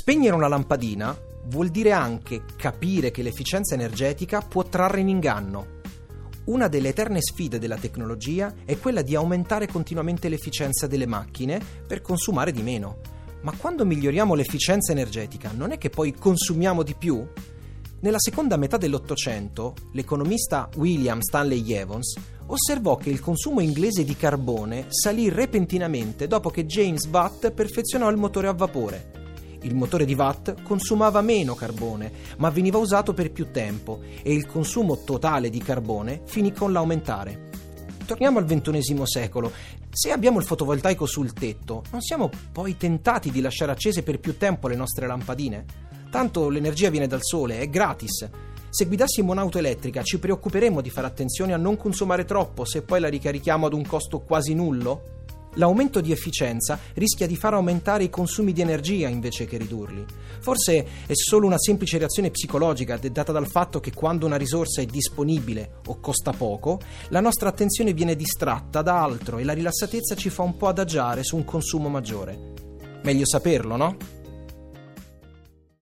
Spegnere una lampadina vuol dire anche capire che l'efficienza energetica può trarre in inganno. Una delle eterne sfide della tecnologia è quella di aumentare continuamente l'efficienza delle macchine per consumare di meno. Ma quando miglioriamo l'efficienza energetica, non è che poi consumiamo di più? Nella seconda metà dell'Ottocento, l'economista William Stanley Jevons osservò che il consumo inglese di carbone salì repentinamente dopo che James Watt perfezionò il motore a vapore. Il motore di Watt consumava meno carbone, ma veniva usato per più tempo e il consumo totale di carbone finì con l'aumentare. Torniamo al XXI secolo. Se abbiamo il fotovoltaico sul tetto, non siamo poi tentati di lasciare accese per più tempo le nostre lampadine? Tanto l'energia viene dal sole, è gratis. Se guidassimo un'auto elettrica ci preoccuperemmo di fare attenzione a non consumare troppo se poi la ricarichiamo ad un costo quasi nullo? L'aumento di efficienza rischia di far aumentare i consumi di energia invece che ridurli. Forse è solo una semplice reazione psicologica dettata dal fatto che quando una risorsa è disponibile o costa poco, la nostra attenzione viene distratta da altro e la rilassatezza ci fa un po' adagiare su un consumo maggiore. Meglio saperlo, no?